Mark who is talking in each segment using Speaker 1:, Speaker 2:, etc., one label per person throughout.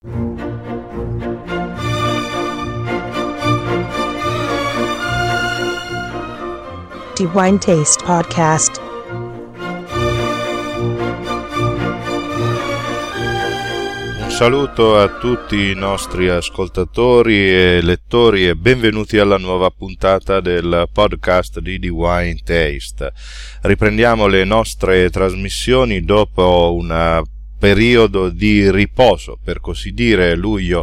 Speaker 1: The Wine Taste Podcast.
Speaker 2: Un saluto a tutti i nostri ascoltatori e lettori e benvenuti alla nuova puntata del podcast di The Wine Taste. Riprendiamo le nostre trasmissioni dopo un periodo di riposo, per così dire. Luglio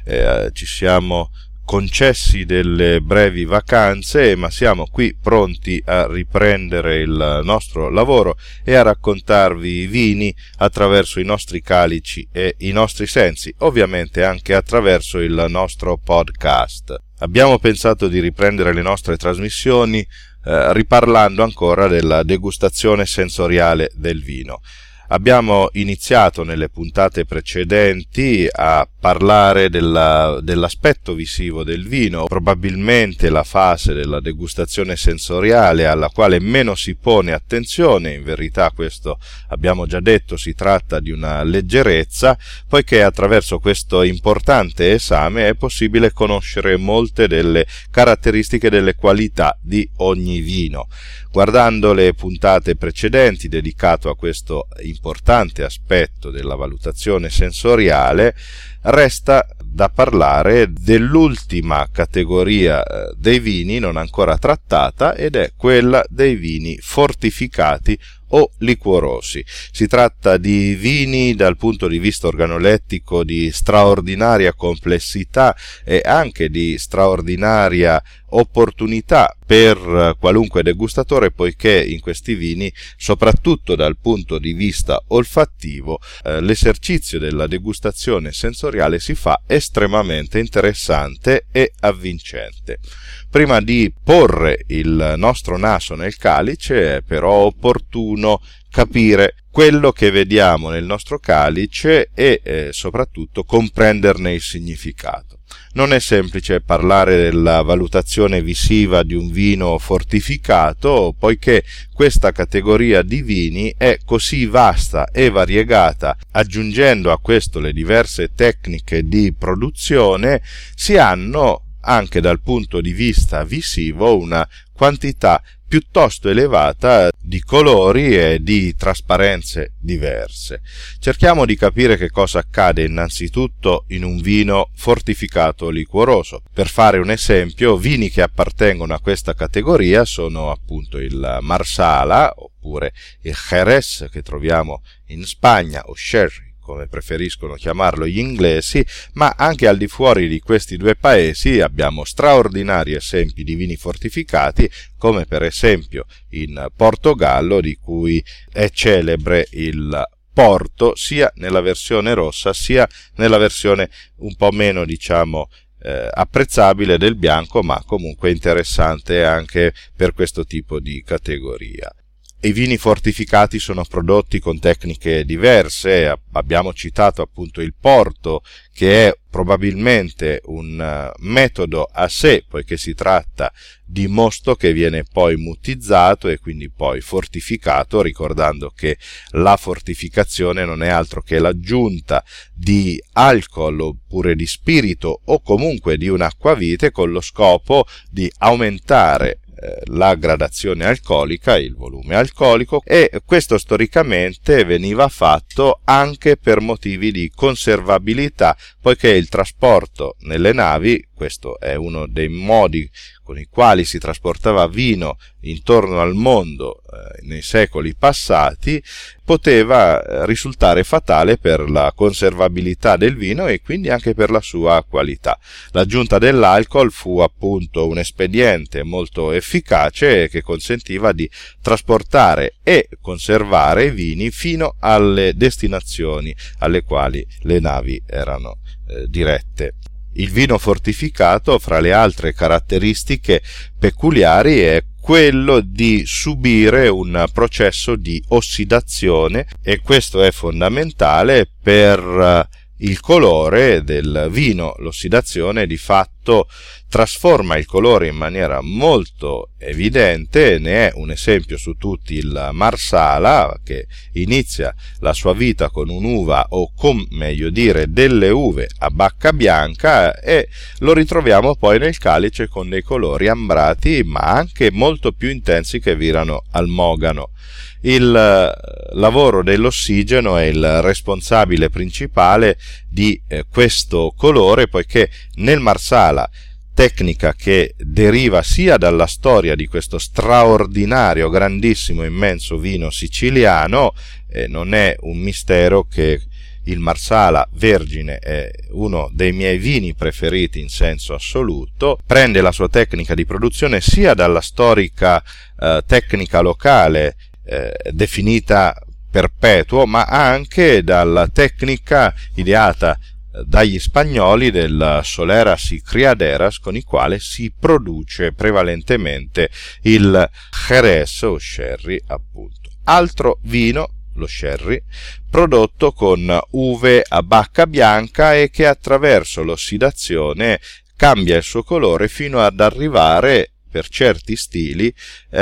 Speaker 2: ci siamo concessi delle brevi vacanze, ma siamo qui pronti a riprendere il nostro lavoro e a raccontarvi i vini attraverso i nostri calici e i nostri sensi, ovviamente anche attraverso il nostro podcast. Abbiamo pensato di riprendere le nostre trasmissioni riparlando ancora della degustazione sensoriale del vino. Abbiamo iniziato nelle puntate precedenti a parlare dell'aspetto visivo del vino, probabilmente la fase della degustazione sensoriale alla quale meno si pone attenzione. In verità questo, abbiamo già detto, si tratta di una leggerezza, poiché attraverso questo importante esame è possibile conoscere molte delle caratteristiche, delle qualità di ogni vino. Guardando le puntate precedenti dedicato a questo importante aspetto della valutazione sensoriale, resta da parlare dell'ultima categoria dei vini non ancora trattata, ed è quella dei vini fortificati o liquorosi. Si tratta di vini dal punto di vista organolettico di straordinaria complessità e anche di straordinaria opportunità per qualunque degustatore, poiché in questi vini, soprattutto dal punto di vista olfattivo, l'esercizio della degustazione sensoriale si fa estremamente interessante e avvincente. Prima di porre il nostro naso nel calice è però opportuno capire quello che vediamo nel nostro calice e soprattutto comprenderne il significato. Non è semplice parlare della valutazione visiva di un vino fortificato, poiché questa categoria di vini è così vasta e variegata. Aggiungendo a questo le diverse tecniche di produzione, si hanno anche dal punto di vista visivo una quantità piuttosto elevata di colori e di trasparenze diverse. Cerchiamo di capire che cosa accade innanzitutto in un vino fortificato liquoroso. Per fare un esempio, vini che appartengono a questa categoria sono appunto il Marsala oppure il Jerez, che troviamo in Spagna, o Sherry, come preferiscono chiamarlo gli inglesi, ma anche al di fuori di questi due paesi abbiamo straordinari esempi di vini fortificati, come per esempio in Portogallo, di cui è celebre il Porto, sia nella versione rossa sia nella versione un po' meno, apprezzabile del bianco, ma comunque interessante anche per questo tipo di categoria. I vini fortificati sono prodotti con tecniche diverse. Abbiamo citato appunto il Porto, che è probabilmente un metodo a sé, poiché si tratta di mosto che viene poi muttizzato e quindi poi fortificato, ricordando che la fortificazione non è altro che l'aggiunta di alcol oppure di spirito o comunque di un acquavite con lo scopo di aumentare la gradazione alcolica, il volume alcolico, e questo storicamente veniva fatto anche per motivi di conservabilità, poiché il trasporto nelle navi, questo è uno dei modi con i quali si trasportava vino intorno al mondo nei secoli passati, poteva risultare fatale per la conservabilità del vino e quindi anche per la sua qualità. L'aggiunta dell'alcol fu appunto un espediente molto efficace che consentiva di trasportare e conservare i vini fino alle destinazioni alle quali le navi erano dirette. Il vino fortificato, fra le altre caratteristiche peculiari, è quello di subire un processo di ossidazione, e questo è fondamentale per il colore del vino. L'ossidazione di fatto fatto trasforma il colore in maniera molto evidente. Ne è un esempio su tutti il Marsala, che inizia la sua vita con un'uva, o con meglio dire delle uve a bacca bianca, e lo ritroviamo poi nel calice con dei colori ambrati ma anche molto più intensi che virano al mogano. Il lavoro dell'ossigeno è il responsabile principale di questo colore, poiché nel Marsala, tecnica che deriva sia dalla storia di questo straordinario, grandissimo, immenso vino siciliano, non è un mistero che il Marsala Vergine è uno dei miei vini preferiti in senso assoluto, prende la sua tecnica di produzione sia dalla storica tecnica locale definita perpetuo, ma anche dalla tecnica ideata dagli spagnoli del Soleras y Criaderas, con i quali si produce prevalentemente il Jerez o sherry, appunto. Altro vino, lo sherry, prodotto con uve a bacca bianca e che attraverso l'ossidazione cambia il suo colore fino ad arrivare, per certi stili,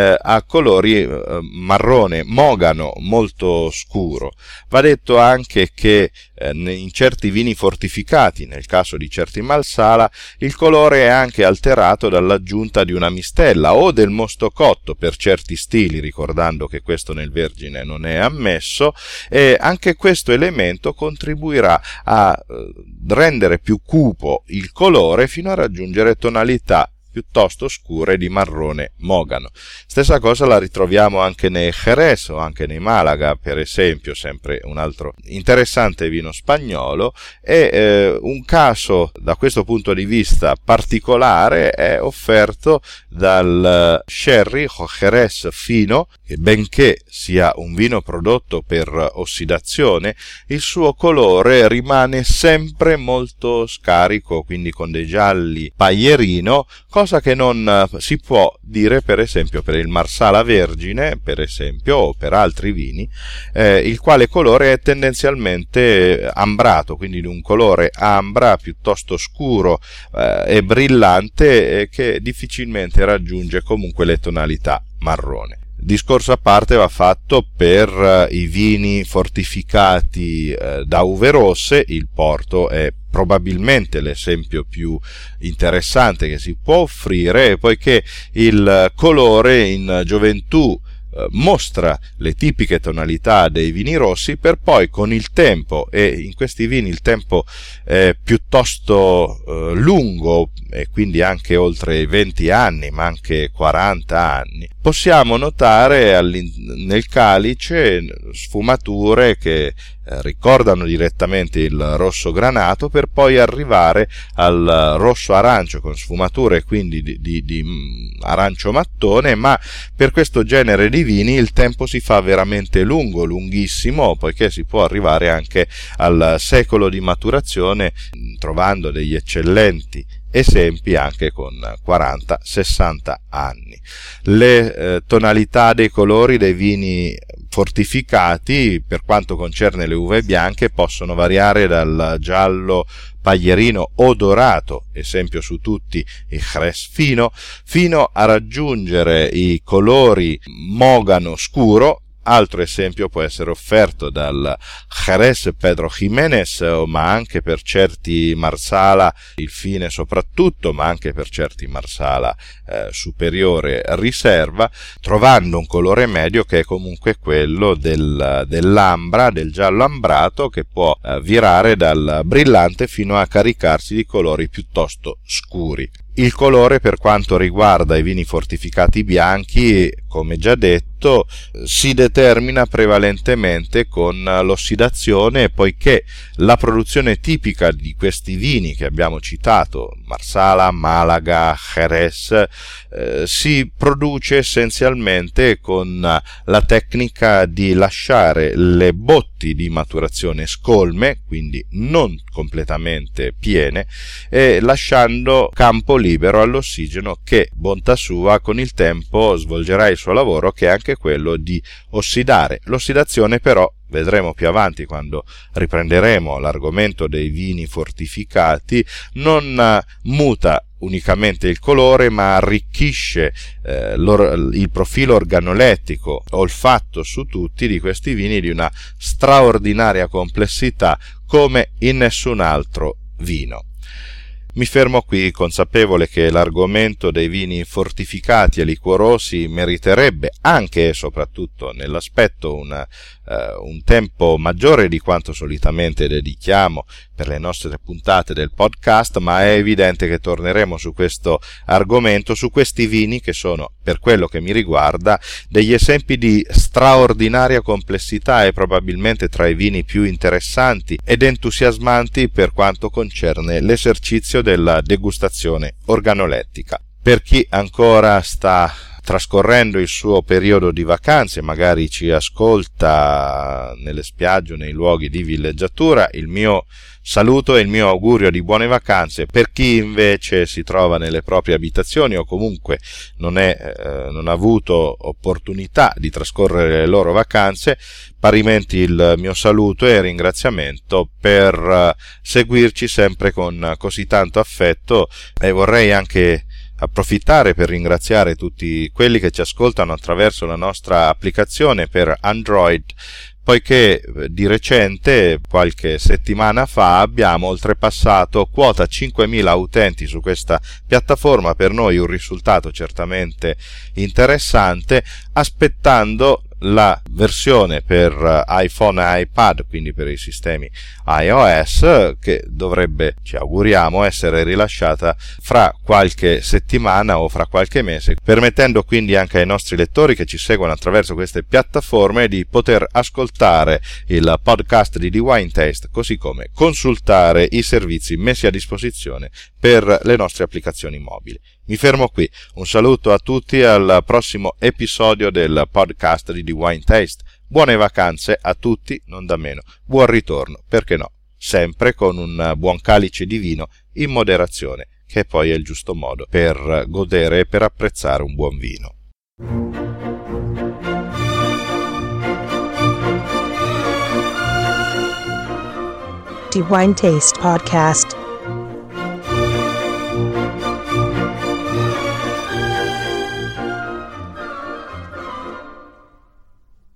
Speaker 2: a colori marrone mogano molto scuro. Va detto anche che in certi vini fortificati, nel caso di certi Marsala, il colore è anche alterato dall'aggiunta di una mistella o del mosto cotto per certi stili, ricordando che questo nel Vergine non è ammesso, e anche questo elemento contribuirà a rendere più cupo il colore fino a raggiungere tonalità piuttosto scure di marrone mogano. Stessa cosa la ritroviamo anche nei Jerez o anche nei Malaga, per esempio, sempre un altro interessante vino spagnolo. E un caso da questo punto di vista particolare è offerto dal sherry o Jerez fino, che benché sia un vino prodotto per ossidazione, il suo colore rimane sempre molto scarico, quindi con dei gialli paglierino, cosa che non si può dire per esempio per il Marsala Vergine, per esempio, o per altri vini, il quale colore è tendenzialmente ambrato, quindi di un colore ambra piuttosto scuro e brillante, che difficilmente raggiunge comunque le tonalità marrone. Discorso a parte va fatto per i vini fortificati da uve rosse. Il Porto è probabilmente l'esempio più interessante che si può offrire, poiché il colore in gioventù mostra le tipiche tonalità dei vini rossi, per poi con il tempo, e in questi vini il tempo è piuttosto lungo, e quindi anche oltre i 20 anni, ma anche 40 anni, possiamo notare nel calice sfumature che ricordano direttamente il rosso granato, per poi arrivare al rosso arancio con sfumature quindi di arancio mattone, ma per questo genere di vini il tempo si fa veramente lungo, lunghissimo, poiché si può arrivare anche al secolo di maturazione, trovando degli eccellenti esempi anche con 40-60 anni. Le tonalità dei colori dei vini fortificati, per quanto concerne le uve bianche, possono variare dal giallo paglierino o dorato, esempio su tutti il Jerez fino a raggiungere i colori mogano scuro. Altro esempio può essere offerto dal Jerez Pedro Jiménez, ma anche per certi Marsala il fine soprattutto, ma anche per certi Marsala superiore riserva, trovando un colore medio che è comunque quello dell'ambra, del giallo ambrato, che può virare dal brillante fino a caricarsi di colori piuttosto scuri. Il colore, per quanto riguarda i vini fortificati bianchi, come già detto, si determina prevalentemente con l'ossidazione, poiché la produzione tipica di questi vini che abbiamo citato, Marsala, Malaga, Jerez, si produce essenzialmente con la tecnica di lasciare le botti di maturazione scolme, quindi non completamente piene, e lasciando campo libero all'ossigeno che, bontà sua, con il tempo svolgerà il il suo lavoro, che è anche quello di ossidare. L'ossidazione però, vedremo più avanti quando riprenderemo l'argomento dei vini fortificati, non muta unicamente il colore, ma arricchisce il profilo organolettico, olfatto su tutti di questi vini di una straordinaria complessità come in nessun altro vino. Mi fermo qui, consapevole che l'argomento dei vini fortificati e liquorosi meriterebbe anche e soprattutto nell'aspetto un tempo maggiore di quanto solitamente dedichiamo per le nostre puntate del podcast, ma è evidente che torneremo su questo argomento, su questi vini che sono, per quello che mi riguarda, degli esempi di straordinaria complessità e probabilmente tra i vini più interessanti ed entusiasmanti per quanto concerne l'esercizio della degustazione organolettica. Per chi ancora sta trascorrendo il suo periodo di vacanze, magari ci ascolta nelle spiagge o nei luoghi di villeggiatura, il mio saluto e il mio augurio di buone vacanze. Per chi invece si trova nelle proprie abitazioni o comunque non ha avuto opportunità di trascorrere le loro vacanze, parimenti il mio saluto e ringraziamento per seguirci sempre con così tanto affetto, e vorrei anche approfittare per ringraziare tutti quelli che ci ascoltano attraverso la nostra applicazione per Android, poiché di recente, qualche settimana fa, abbiamo oltrepassato quota 5.000 utenti su questa piattaforma. Per noi un risultato certamente interessante, aspettando la versione per iPhone e iPad, quindi per i sistemi iOS, che dovrebbe, ci auguriamo, essere rilasciata fra qualche settimana o fra qualche mese, permettendo quindi anche ai nostri lettori che ci seguono attraverso queste piattaforme di poter ascoltare il podcast di The Wine Taste, così come consultare i servizi messi a disposizione per le nostre applicazioni mobili. Mi fermo qui, un saluto a tutti, al prossimo episodio del podcast di The Wine Taste. Buone vacanze a tutti, non da meno, buon ritorno, perché no, sempre con un buon calice di vino in moderazione, che poi è il giusto modo per godere e per apprezzare un buon vino.
Speaker 1: The Wine Taste Podcast.